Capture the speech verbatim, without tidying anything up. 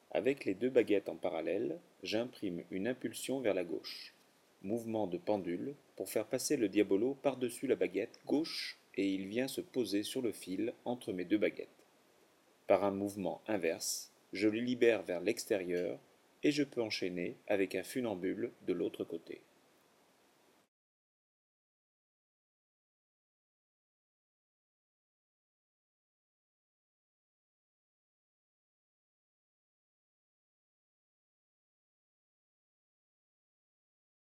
Avec les deux baguettes en parallèle, j'imprime une impulsion vers la gauche. Mouvement de pendule pour faire passer le diabolo par-dessus la baguette gauche et il vient se poser sur le fil entre mes deux baguettes. Par un mouvement inverse, je le libère vers l'extérieur et je peux enchaîner avec un funambule de l'autre côté.